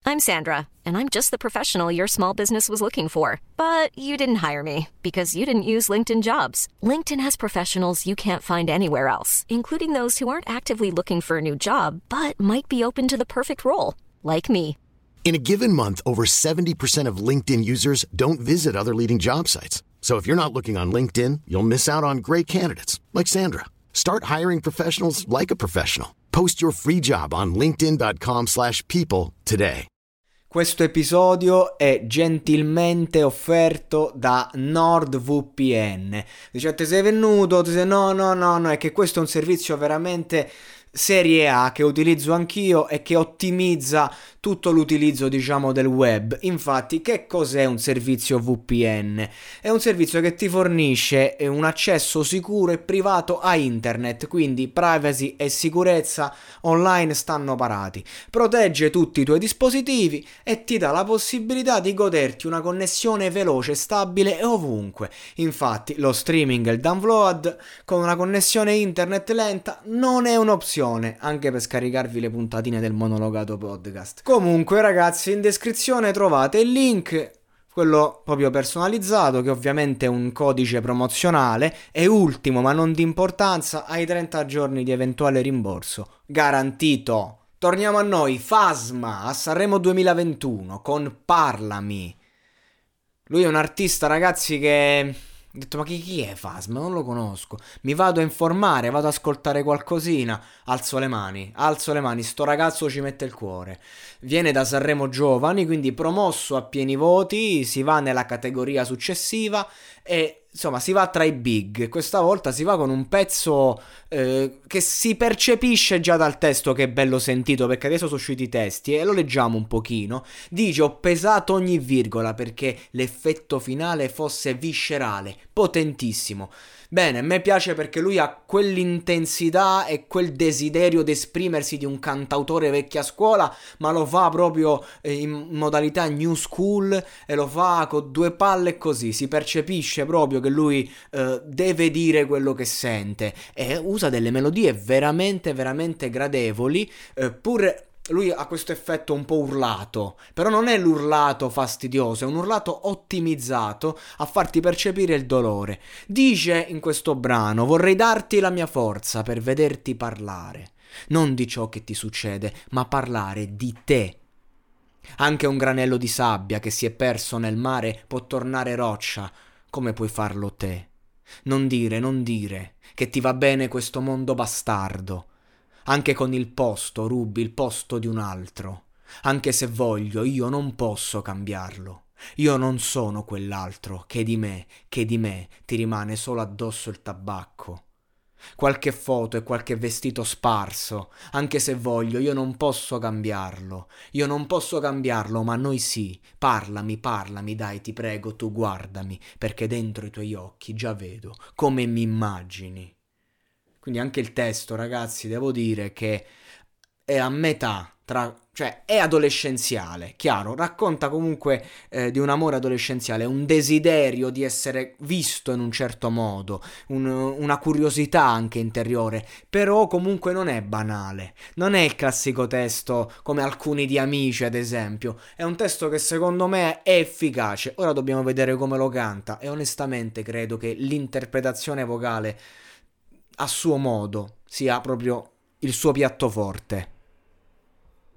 I'm Sandra, and I'm just the professional your small business was looking for. But you didn't hire me because you didn't use LinkedIn Jobs. LinkedIn has professionals you can't find anywhere else, including those who aren't actively looking for a new job, but might be open to the perfect role, like me. In a given month, over 70% of LinkedIn users don't visit other leading job sites. So if you're not looking on LinkedIn, you'll miss out on great candidates like Sandra. Start hiring professionals like a professional. Post your free job on linkedin.com/people today. Questo episodio è gentilmente offerto da NordVPN. Dice, ti sei venuto? Ti sei... No, è che questo è un servizio veramente serie A che utilizzo anch'io e che ottimizza tutto l'utilizzo, diciamo, del web. Infatti, che cos'è un servizio VPN? È un servizio che ti fornisce un accesso sicuro e privato a internet, quindi privacy e sicurezza online stanno parati. Protegge tutti i tuoi dispositivi e ti dà la possibilità di goderti una connessione veloce, stabile e ovunque. Infatti, lo streaming e il download con una connessione internet lenta non è un'opzione, anche per scaricarvi le puntatine del monologato podcast. Comunque ragazzi, in descrizione trovate il link, quello proprio personalizzato, che ovviamente è un codice promozionale, e ultimo ma non di importanza, hai 30 giorni di eventuale rimborso garantito. Torniamo a noi. Fasma a Sanremo 2021 con Parlami. Lui è un artista, ragazzi, che... ho detto, ma chi è Fasma? Non lo conosco. Mi vado a informare, vado ad ascoltare qualcosina. Alzo le mani, sto ragazzo ci mette il cuore. Viene da Sanremo Giovani, quindi promosso a pieni voti, si va nella categoria successiva e insomma si va tra i big. Questa volta si va con un pezzo che si percepisce già dal testo che è bello sentito, perché adesso sono usciti i testi e lo leggiamo un pochino. Dice, ho pesato ogni virgola perché l'effetto finale fosse viscerale, potentissimo. Bene, a me piace perché lui ha quell'intensità e quel desiderio di esprimersi di un cantautore vecchia scuola, ma lo fa proprio in modalità new school e lo fa con due palle così, si percepisce proprio che lui deve dire quello che sente e usa delle melodie veramente veramente gradevoli, pur lui ha questo effetto un po' urlato, però non è l'urlato fastidioso, è un urlato ottimizzato a farti percepire il dolore. Dice in questo brano, vorrei darti la mia forza per vederti parlare, non di ciò che ti succede, ma parlare di te. Anche un granello di sabbia che si è perso nel mare può tornare roccia, come puoi farlo te. Non dire che ti va bene questo mondo bastardo. Anche con il posto rubi il posto di un altro. Anche se voglio, io non posso cambiarlo. Io non sono quell'altro che di me ti rimane solo addosso il tabacco. Qualche foto e qualche vestito sparso. Anche se voglio, io non posso cambiarlo. Io non posso cambiarlo, ma noi sì. Parlami, dai, ti prego, tu guardami, perché dentro i tuoi occhi già vedo come mi immagini. Quindi anche il testo, ragazzi, devo dire che è a metà cioè è adolescenziale, chiaro, racconta comunque di un amore adolescenziale, un desiderio di essere visto in un certo modo, una curiosità anche interiore, però comunque non è banale, non è il classico testo come alcuni di Amici ad esempio, è un testo che secondo me è efficace. Ora dobbiamo vedere come lo canta e onestamente credo che l'interpretazione vocale a suo modo sia proprio il suo piatto forte.